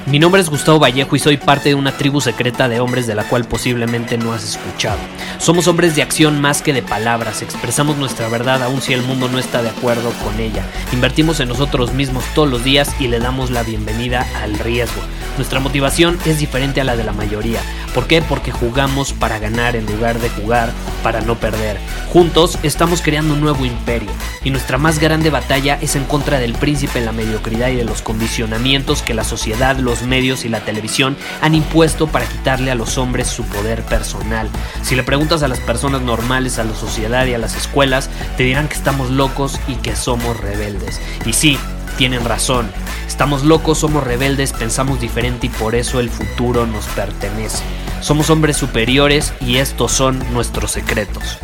Mi nombre es Gustavo Vallejo y soy parte de una tribu secreta de hombres de la cual posiblemente no has escuchado. Somos hombres de acción más que de palabras, expresamos nuestra verdad aun si el mundo no está de acuerdo con ella. Invertimos en nosotros mismos todos los días y le damos la bienvenida al riesgo. Nuestra motivación es diferente a la de la mayoría. ¿Por qué? Porque jugamos para ganar en lugar de jugar para no perder. Juntos estamos creando un nuevo imperio y nuestra más grande batalla es en contra del príncipe, la mediocridad y de los condicionamientos que la sociedad, los medios y la televisión han impuesto para quitarle a los hombres su poder personal. Si le preguntas a las personas normales, a la sociedad y a las escuelas, te dirán que estamos locos y que somos rebeldes. Y sí, tienen razón. Estamos locos, somos rebeldes, pensamos diferente y por eso el futuro nos pertenece. Somos hombres superiores y estos son nuestros secretos.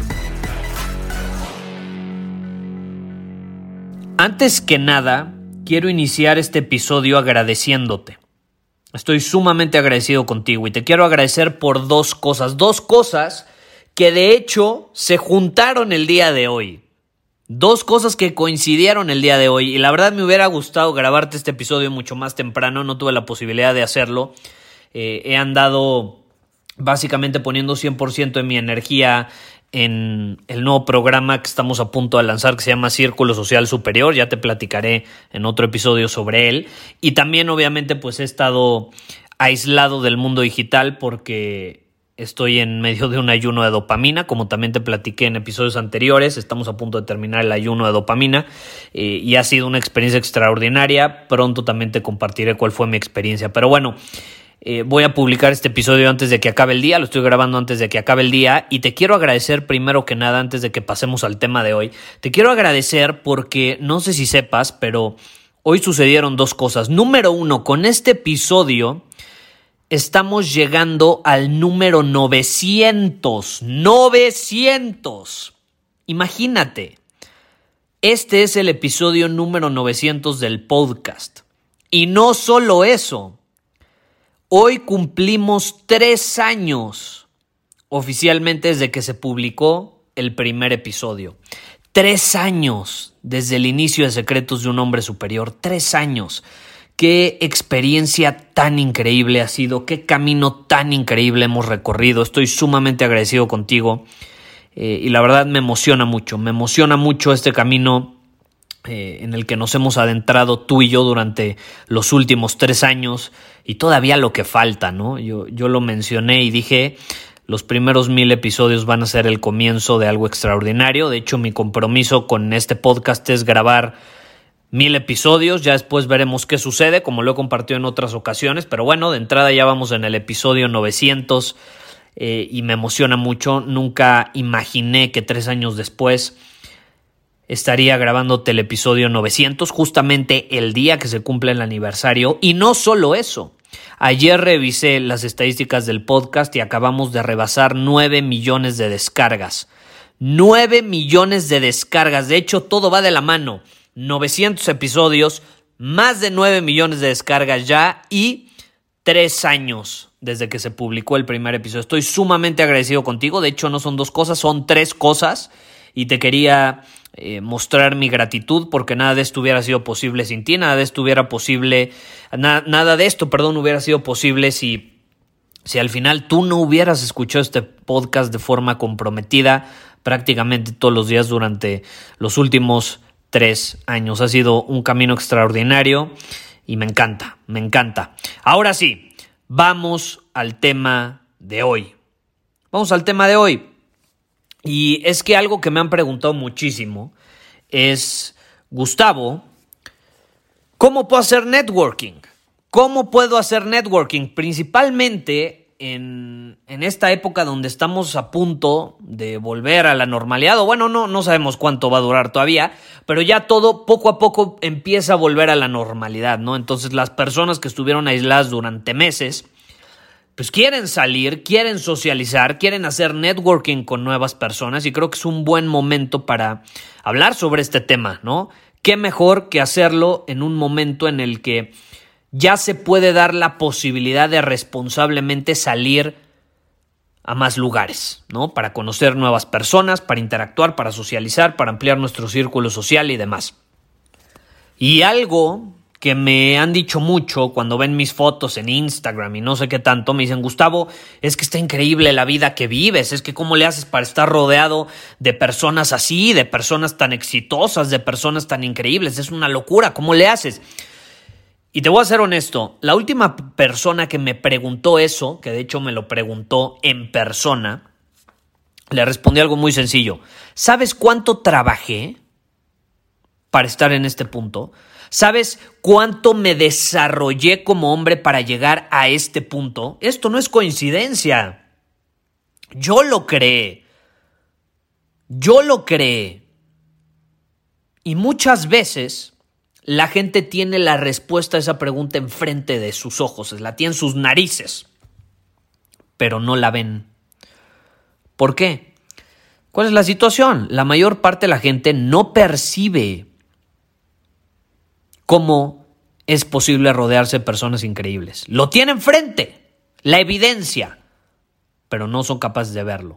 Antes que nada, quiero iniciar este episodio agradeciéndote. Estoy sumamente agradecido contigo y te quiero agradecer por dos cosas que de hecho se juntaron el día de hoy. Dos cosas que coincidieron el día de hoy y la verdad me hubiera gustado grabarte este episodio mucho más temprano, no tuve la posibilidad de hacerlo. He andado básicamente poniendo 100% de mi energía en el nuevo programa que estamos a punto de lanzar que se llama Círculo Social Superior, ya te platicaré en otro episodio sobre él. Y también obviamente pues he estado aislado del mundo digital porque estoy en medio de un ayuno de dopamina, como también te platiqué en episodios anteriores. Estamos a punto de terminar el ayuno de dopamina y ha sido una experiencia extraordinaria. Pronto también te compartiré cuál fue mi experiencia. Pero bueno, voy a publicar este episodio antes de que acabe el día. Lo estoy grabando antes de que acabe el día y te quiero agradecer primero que nada, antes de que pasemos al tema de hoy. Te quiero agradecer porque no sé si sepas, pero hoy sucedieron dos cosas. Número uno, con este episodio estamos llegando al número 900. ¡900! Imagínate. Este es el episodio número 900 del podcast. Y no solo eso. Hoy cumplimos 3 años oficialmente desde que se publicó el primer episodio. 3 años desde el inicio de Secretos de un Hombre Superior. 3 años. Qué experiencia tan increíble ha sido, qué camino tan increíble hemos recorrido. Estoy sumamente agradecido contigo y la verdad me emociona mucho este camino en el que nos hemos adentrado tú y yo durante los últimos 3 años y todavía lo que falta, ¿no? Yo lo mencioné y dije, los primeros 1000 episodios van a ser el comienzo de algo extraordinario. De hecho, mi compromiso con este podcast es grabar 1000 episodios, ya después veremos qué sucede, como lo he compartido en otras ocasiones, pero bueno, de entrada ya vamos en el episodio 900 y me emociona mucho. Nunca imaginé que 3 años después estaría grabándote el episodio 900, justamente el día que se cumple el aniversario. Y no solo eso, ayer revisé las estadísticas del podcast y acabamos de rebasar 9 millones de descargas. 9 millones de descargas, de hecho todo va de la mano. 900 episodios, más de 9 millones de descargas ya y 3 años desde que se publicó el primer episodio. Estoy sumamente agradecido contigo. De hecho, no son 2 cosas, son 3 cosas. Y te quería mostrar mi gratitud porque nada de esto hubiera sido posible sin ti. Nada de esto hubiera sido posible si al final tú no hubieras escuchado este podcast de forma comprometida prácticamente todos los días durante los últimos 3 años. Ha sido un camino extraordinario y me encanta. Ahora sí, vamos al tema de hoy. Y es que algo que me han preguntado muchísimo es, Gustavo, ¿cómo puedo hacer networking? Principalmente en esta época donde estamos a punto de volver a la normalidad, o bueno, no sabemos cuánto va a durar todavía, pero ya todo poco a poco empieza a volver a la normalidad, ¿no? Entonces las personas que estuvieron aisladas durante meses, pues quieren salir, quieren socializar, quieren hacer networking con nuevas personas y creo que es un buen momento para hablar sobre este tema, ¿no? Qué mejor que hacerlo en un momento en el que ya se puede dar la posibilidad de responsablemente salir a más lugares, ¿no? Para conocer nuevas personas, para interactuar, para socializar, para ampliar nuestro círculo social y demás. Y algo que me han dicho mucho cuando ven mis fotos en Instagram y no sé qué tanto, me dicen: Gustavo, es que está increíble la vida que vives, es que cómo le haces para estar rodeado de personas así, de personas tan exitosas, de personas tan increíbles, es una locura, ¿cómo le haces? Y te voy a ser honesto, la última persona que me preguntó eso, que de hecho me lo preguntó en persona, le respondí algo muy sencillo. ¿Sabes cuánto trabajé para estar en este punto? ¿Sabes cuánto me desarrollé como hombre para llegar a este punto? Esto no es coincidencia. Yo lo creé. Y muchas veces la gente tiene la respuesta a esa pregunta enfrente de sus ojos, la tiene en sus narices, pero no la ven. ¿Por qué? ¿Cuál es la situación? La mayor parte de la gente no percibe cómo es posible rodearse de personas increíbles. Lo tiene enfrente, la evidencia, pero no son capaces de verlo.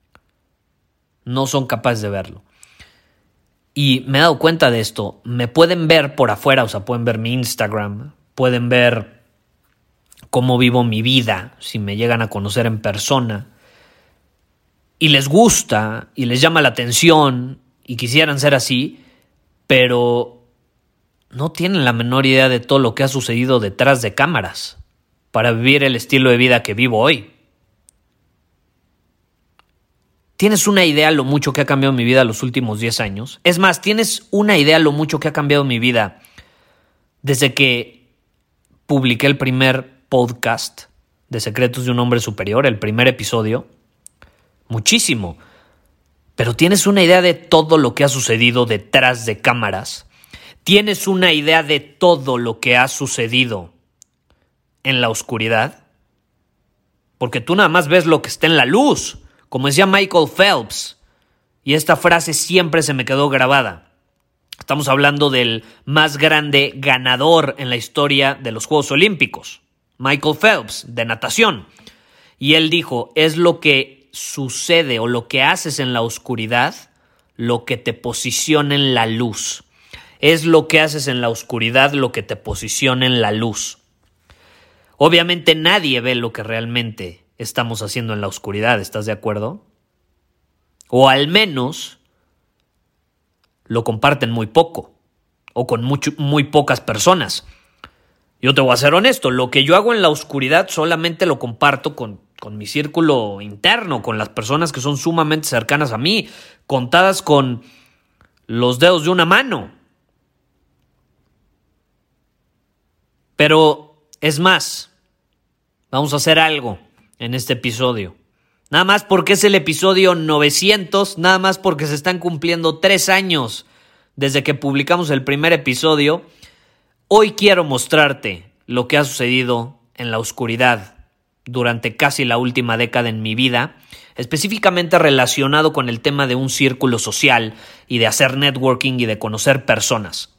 Y me he dado cuenta de esto. Me pueden ver por afuera, o sea, pueden ver mi Instagram, pueden ver cómo vivo mi vida, si me llegan a conocer en persona, y les gusta, y les llama la atención, y quisieran ser así, pero no tienen la menor idea de todo lo que ha sucedido detrás de cámaras para vivir el estilo de vida que vivo hoy. ¿Tienes una idea lo mucho que ha cambiado mi vida los últimos 10 años? Es más, ¿tienes una idea lo mucho que ha cambiado mi vida desde que publiqué el primer podcast de Secretos de un Hombre Superior, el primer episodio? Muchísimo. Pero ¿tienes una idea de todo lo que ha sucedido detrás de cámaras? ¿Tienes una idea de todo lo que ha sucedido en la oscuridad? Porque tú nada más ves lo que está en la luz. Como decía Michael Phelps, y esta frase siempre se me quedó grabada. Estamos hablando del más grande ganador en la historia de los Juegos Olímpicos, Michael Phelps, de natación. Y él dijo: es lo que sucede o lo que haces en la oscuridad lo que te posiciona en la luz. Es lo que haces en la oscuridad lo que te posiciona en la luz. Obviamente nadie ve lo que realmente estamos haciendo en la oscuridad, ¿estás de acuerdo? O al menos lo comparten muy poco o con muy pocas personas. Yo te voy a ser honesto, lo que yo hago en la oscuridad solamente lo comparto con mi círculo interno, con las personas que son sumamente cercanas a mí, contadas con los dedos de una mano. Pero es más, vamos a hacer algo en este episodio. Nada más porque es el episodio 900, nada más porque se están cumpliendo 3 años desde que publicamos el primer episodio. Hoy quiero mostrarte lo que ha sucedido en la oscuridad durante casi la última década en mi vida, específicamente relacionado con el tema de un círculo social y de hacer networking y de conocer personas.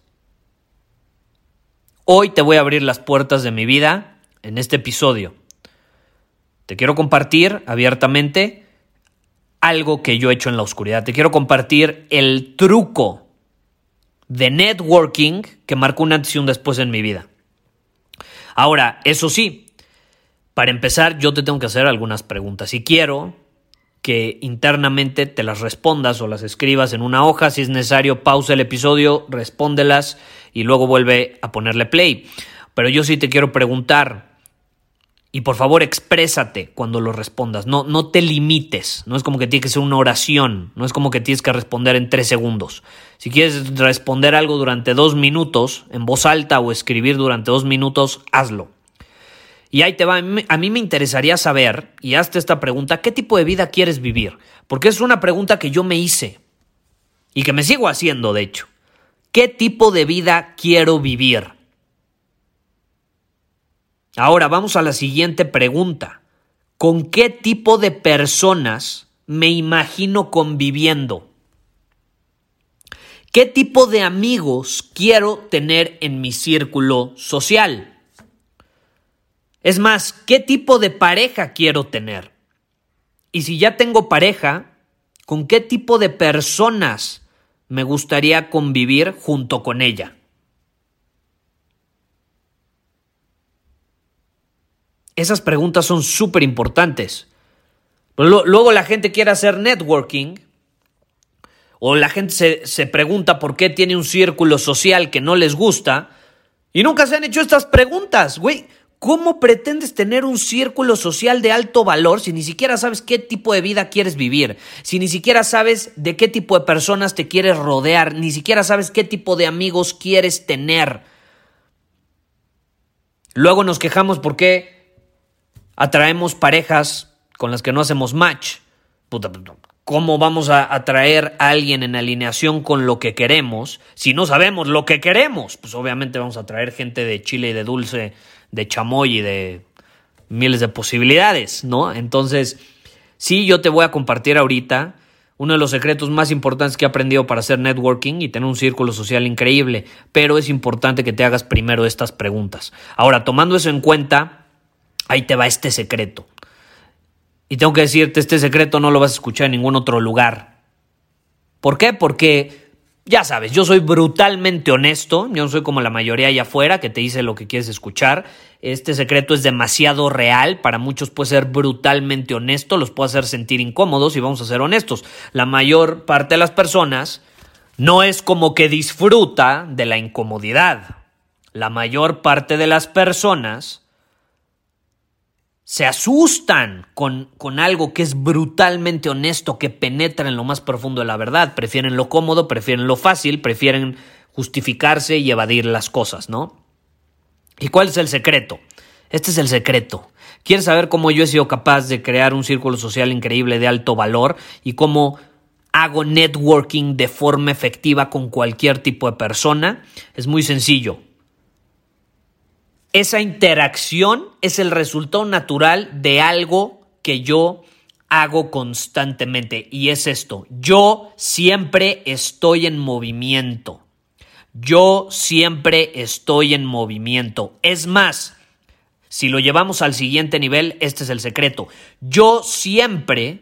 Hoy te voy a abrir las puertas de mi vida en este episodio. Te quiero compartir abiertamente algo que yo he hecho en la oscuridad. Te quiero compartir el truco de networking que marcó un antes y un después en mi vida. Ahora, eso sí, para empezar yo te tengo que hacer algunas preguntas y quiero que internamente te las respondas o las escribas en una hoja. Si es necesario, pausa el episodio, respóndelas y luego vuelve a ponerle play. Pero yo sí te quiero preguntar. Y por favor, exprésate cuando lo respondas. No te limites. No es como que tiene que ser una oración. No es como que tienes que responder en 3 segundos. Si quieres responder algo durante 2 minutos, en voz alta o escribir durante 2 minutos, hazlo. Y ahí te va. A mí me interesaría saber, y hazte esta pregunta, ¿qué tipo de vida quieres vivir? Porque es una pregunta que yo me hice y que me sigo haciendo, de hecho. ¿Qué tipo de vida quiero vivir? Ahora vamos a la siguiente pregunta. ¿Con qué tipo de personas me imagino conviviendo? ¿Qué tipo de amigos quiero tener en mi círculo social? Es más, ¿qué tipo de pareja quiero tener? Y si ya tengo pareja, ¿con qué tipo de personas me gustaría convivir junto con ella? Esas preguntas son súper importantes. Luego la gente quiere hacer networking o la gente se pregunta por qué tiene un círculo social que no les gusta y nunca se han hecho estas preguntas, güey. ¿Cómo pretendes tener un círculo social de alto valor si ni siquiera sabes qué tipo de vida quieres vivir? Si ni siquiera sabes de qué tipo de personas te quieres rodear, ni siquiera sabes qué tipo de amigos quieres tener. Luego nos quejamos porque atraemos parejas con las que no hacemos match. ¿Cómo vamos a atraer a alguien en alineación con lo que queremos si no sabemos lo que queremos? Pues obviamente vamos a atraer gente de chile y de dulce, de chamoy y de miles de posibilidades, ¿no? Entonces, sí, yo te voy a compartir ahorita uno de los secretos más importantes que he aprendido para hacer networking y tener un círculo social increíble, pero es importante que te hagas primero estas preguntas. Ahora, tomando eso en cuenta, ahí te va este secreto. Y tengo que decirte, este secreto no lo vas a escuchar en ningún otro lugar. ¿Por qué? Porque ya sabes, yo soy brutalmente honesto, yo no soy como la mayoría allá afuera que te dice lo que quieres escuchar. Este secreto es demasiado real, para muchos puede ser brutalmente honesto, los puede hacer sentir incómodos y vamos a ser honestos. La mayor parte de las personas no es como que disfruta de la incomodidad. La mayor parte de las personas se asustan con algo que es brutalmente honesto, que penetra en lo más profundo de la verdad. Prefieren lo cómodo, prefieren lo fácil, prefieren justificarse y evadir las cosas, ¿no? ¿Y cuál es el secreto? Este es el secreto. ¿Quieres saber cómo yo he sido capaz de crear un círculo social increíble de alto valor y cómo hago networking de forma efectiva con cualquier tipo de persona? Es muy sencillo. Esa interacción es el resultado natural de algo que yo hago constantemente y es esto: yo siempre estoy en movimiento. Yo siempre estoy en movimiento. Es más, si lo llevamos al siguiente nivel, este es el secreto. Yo siempre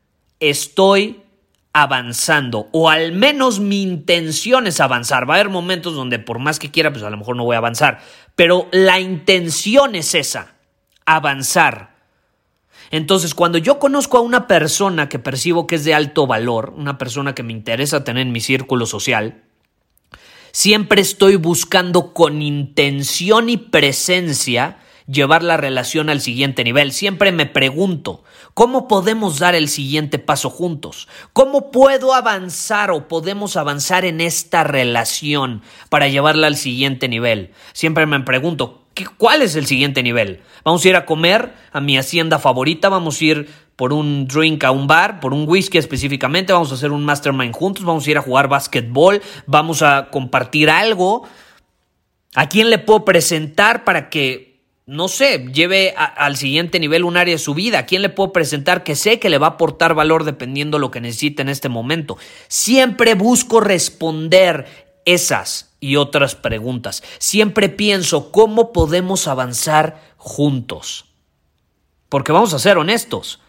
estoy avanzando, o al menos mi intención es avanzar. Va a haber momentos donde por más que quiera, pues a lo mejor no voy a avanzar, pero la intención es esa, avanzar. Entonces, cuando yo conozco a una persona que percibo que es de alto valor, una persona que me interesa tener en mi círculo social, siempre estoy buscando con intención y presencia llevar la relación al siguiente nivel. Siempre me pregunto, ¿cómo podemos dar el siguiente paso juntos? ¿Cómo puedo avanzar o podemos avanzar en esta relación para llevarla al siguiente nivel? Siempre me pregunto, ¿cuál es el siguiente nivel? ¿Vamos a ir a comer a mi hacienda favorita? ¿Vamos a ir por un drink a un bar, por un whisky específicamente? ¿Vamos a hacer un mastermind juntos? ¿Vamos a ir a jugar básquetbol? ¿Vamos a compartir algo? ¿A quién le puedo presentar para que, no sé, lleve al siguiente nivel un área de su vida? ¿A quién le puedo presentar que sé que le va a aportar valor dependiendo de lo que necesite en este momento? Siempre busco responder esas y otras preguntas. Siempre pienso cómo podemos avanzar juntos. Porque vamos a ser honestos,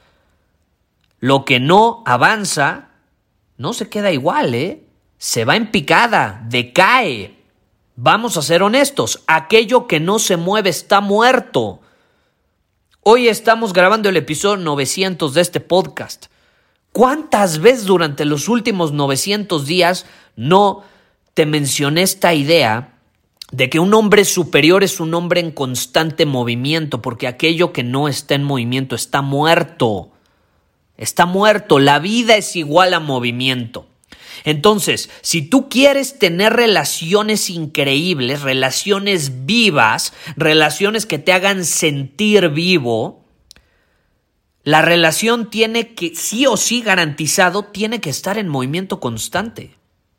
lo que no avanza no se queda igual, se va en picada, decae. Vamos a ser honestos, aquello que no se mueve está muerto. Hoy estamos grabando el episodio 900 de este podcast. ¿Cuántas veces durante los últimos 900 días no te mencioné esta idea de que un hombre superior es un hombre en constante movimiento? Porque aquello que no está en movimiento está muerto. Está muerto. La vida es igual a movimiento. Entonces, si tú quieres tener relaciones increíbles, relaciones vivas, relaciones que te hagan sentir vivo, la relación tiene que, sí o sí garantizado, tiene que estar en movimiento constante.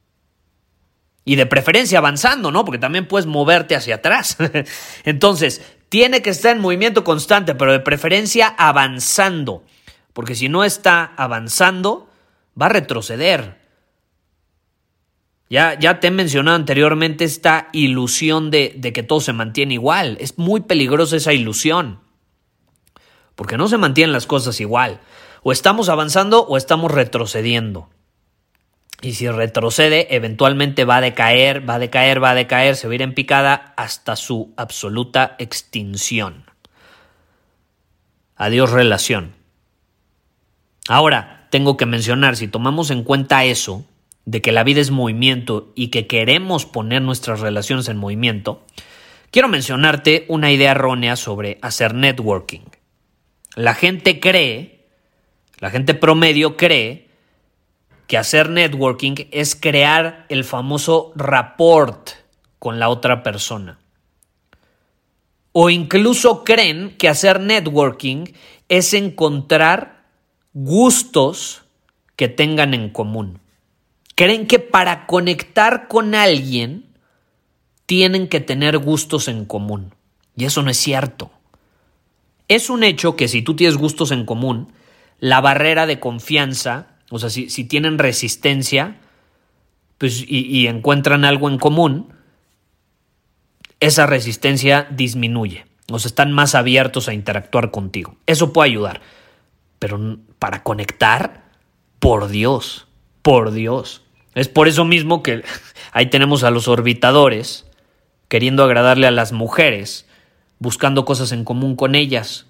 Y de preferencia avanzando, ¿no? Porque también puedes moverte hacia atrás. Entonces, tiene que estar en movimiento constante, pero de preferencia avanzando. Porque si no está avanzando, va a retroceder. Ya te he mencionado anteriormente esta ilusión de que todo se mantiene igual. Es muy peligrosa esa ilusión, porque no se mantienen las cosas igual. O estamos avanzando o estamos retrocediendo. Y si retrocede, eventualmente va a decaer, se va a ir en picada hasta su absoluta extinción. Adiós relación. Ahora, tengo que mencionar, si tomamos en cuenta eso, de que la vida es movimiento y que queremos poner nuestras relaciones en movimiento, quiero mencionarte una idea errónea sobre hacer networking. La gente promedio cree que hacer networking es crear el famoso rapport con la otra persona. O incluso creen que hacer networking es encontrar gustos que tengan en común. Creen que para conectar con alguien tienen que tener gustos en común. Y eso no es cierto. Es un hecho que si tú tienes gustos en común, la barrera de confianza, o sea, si tienen resistencia pues, y encuentran algo en común, esa resistencia disminuye. O sea, están más abiertos a interactuar contigo. Eso puede ayudar. Pero para conectar, por Dios. Es por eso mismo que ahí tenemos a los orbitadores queriendo agradarle a las mujeres, buscando cosas en común con ellas.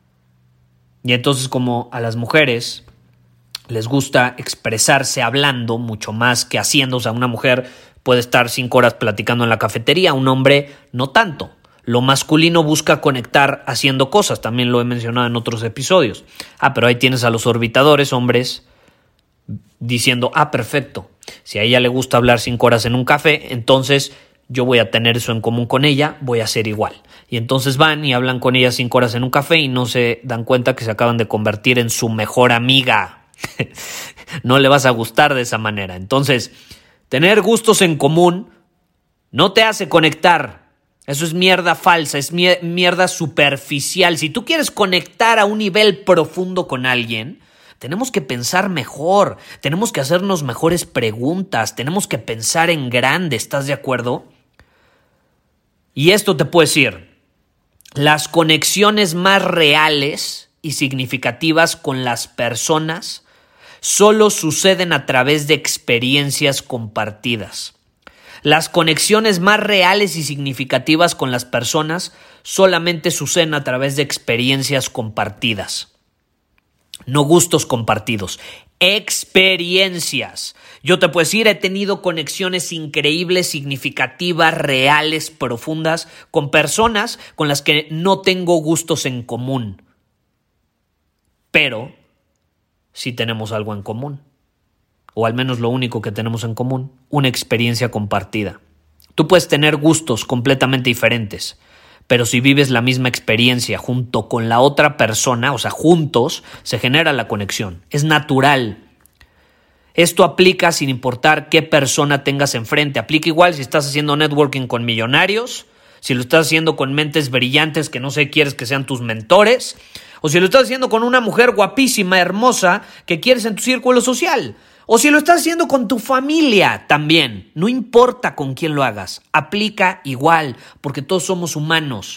Y entonces, como a las mujeres les gusta expresarse hablando mucho más que haciendo, o sea, una mujer puede estar 5 horas platicando en la cafetería, un hombre no tanto. Lo masculino busca conectar haciendo cosas, también lo he mencionado en otros episodios. Pero ahí tienes a los orbitadores, hombres, diciendo, perfecto, si a ella le gusta hablar 5 horas en un café, entonces yo voy a tener eso en común con ella, voy a ser igual. Y entonces van y hablan con ella 5 horas en un café y no se dan cuenta que se acaban de convertir en su mejor amiga. No le vas a gustar de esa manera. Entonces, tener gustos en común no te hace conectar. Eso es mierda falsa, es mierda superficial. Si tú quieres conectar a un nivel profundo con alguien, tenemos que pensar mejor, tenemos que hacernos mejores preguntas, tenemos que pensar en grande, ¿estás de acuerdo? Y esto te puedo decir, las conexiones más reales y significativas con las personas solo suceden a través de experiencias compartidas. Las conexiones más reales y significativas con las personas solamente suceden a través de experiencias compartidas. No gustos compartidos, experiencias. Yo te puedo decir, he tenido conexiones increíbles, significativas, reales, profundas, con personas con las que no tengo gustos en común. Pero sí tenemos algo en común. O al menos lo único que tenemos en común, una experiencia compartida. Tú puedes tener gustos completamente diferentes, pero si vives la misma experiencia junto con la otra persona, o sea, juntos, se genera la conexión. Es natural. Esto aplica sin importar qué persona tengas enfrente. Aplica igual si estás haciendo networking con millonarios, si lo estás haciendo con mentes brillantes que no sé, quieres que sean tus mentores, o si lo estás haciendo con una mujer guapísima, hermosa, que quieres en tu círculo social. O si lo estás haciendo con tu familia también, no importa con quién lo hagas, aplica igual, porque todos somos humanos.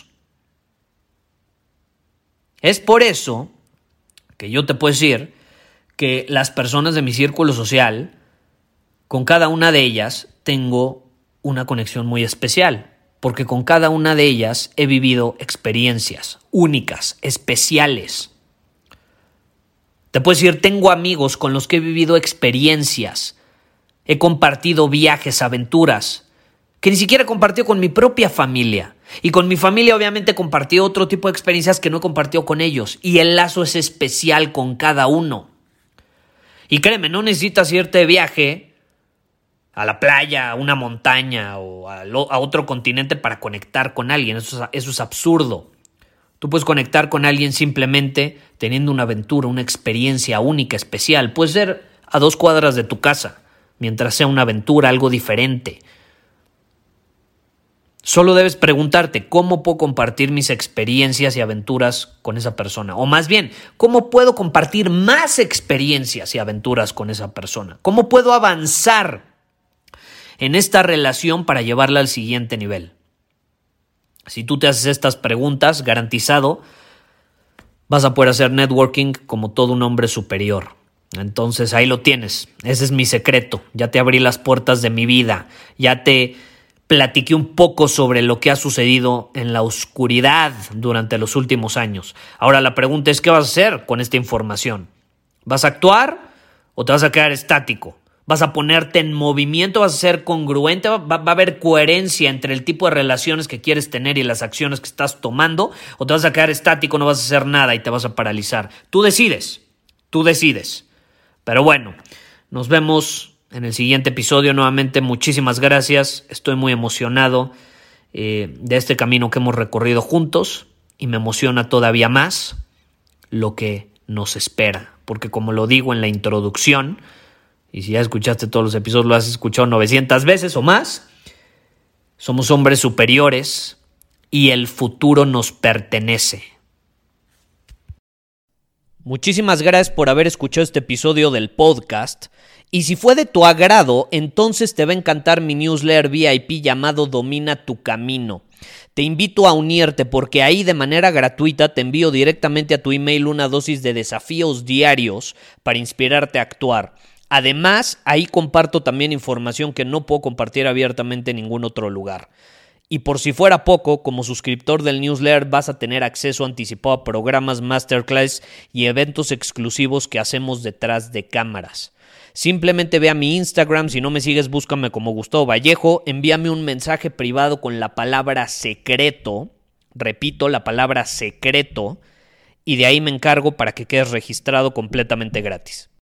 Es por eso que yo te puedo decir que las personas de mi círculo social, con cada una de ellas tengo una conexión muy especial, porque con cada una de ellas he vivido experiencias únicas, especiales. Te puedo decir, tengo amigos con los que he vivido experiencias, he compartido viajes, aventuras, que ni siquiera he compartido con mi propia familia. Y con mi familia obviamente he compartido otro tipo de experiencias que no he compartido con ellos. Y el lazo es especial con cada uno. Y créeme, no necesitas irte de viaje a la playa, a una montaña o a otro continente para conectar con alguien. Eso es absurdo. Tú puedes conectar con alguien simplemente teniendo una aventura, una experiencia única, especial. Puede ser a 2 cuadras de tu casa, mientras sea una aventura, algo diferente. Solo debes preguntarte, ¿cómo puedo compartir mis experiencias y aventuras con esa persona? O más bien, ¿cómo puedo compartir más experiencias y aventuras con esa persona? ¿Cómo puedo avanzar en esta relación para llevarla al siguiente nivel? Si tú te haces estas preguntas, garantizado, vas a poder hacer networking como todo un hombre superior. Entonces ahí lo tienes. Ese es mi secreto. Ya te abrí las puertas de mi vida. Ya te platiqué un poco sobre lo que ha sucedido en la oscuridad durante los últimos años. Ahora la pregunta es, ¿qué vas a hacer con esta información? ¿Vas a actuar o te vas a quedar estático? ¿Vas a ponerte en movimiento? ¿Vas a ser congruente? ¿Va a haber coherencia entre el tipo de relaciones que quieres tener y las acciones que estás tomando? ¿O te vas a quedar estático, no vas a hacer nada y te vas a paralizar? Tú decides. Pero bueno, nos vemos en el siguiente episodio. Nuevamente, muchísimas gracias. Estoy muy emocionado de este camino que hemos recorrido juntos y me emociona todavía más lo que nos espera. Porque como lo digo en la introducción, y si ya escuchaste todos los episodios, lo has escuchado 900 veces o más, somos hombres superiores y el futuro nos pertenece. Muchísimas gracias por haber escuchado este episodio del podcast. Y si fue de tu agrado, entonces te va a encantar mi newsletter VIP llamado Domina tu Camino. Te invito a unirte porque ahí de manera gratuita te envío directamente a tu email una dosis de desafíos diarios para inspirarte a actuar. Además, ahí comparto también información que no puedo compartir abiertamente en ningún otro lugar. Y por si fuera poco, como suscriptor del newsletter vas a tener acceso anticipado a programas, masterclass y eventos exclusivos que hacemos detrás de cámaras. Simplemente ve a mi Instagram, si no me sigues búscame como Gustavo Vallejo, envíame un mensaje privado con la palabra secreto, repito, la palabra secreto, y de ahí me encargo para que quedes registrado completamente gratis.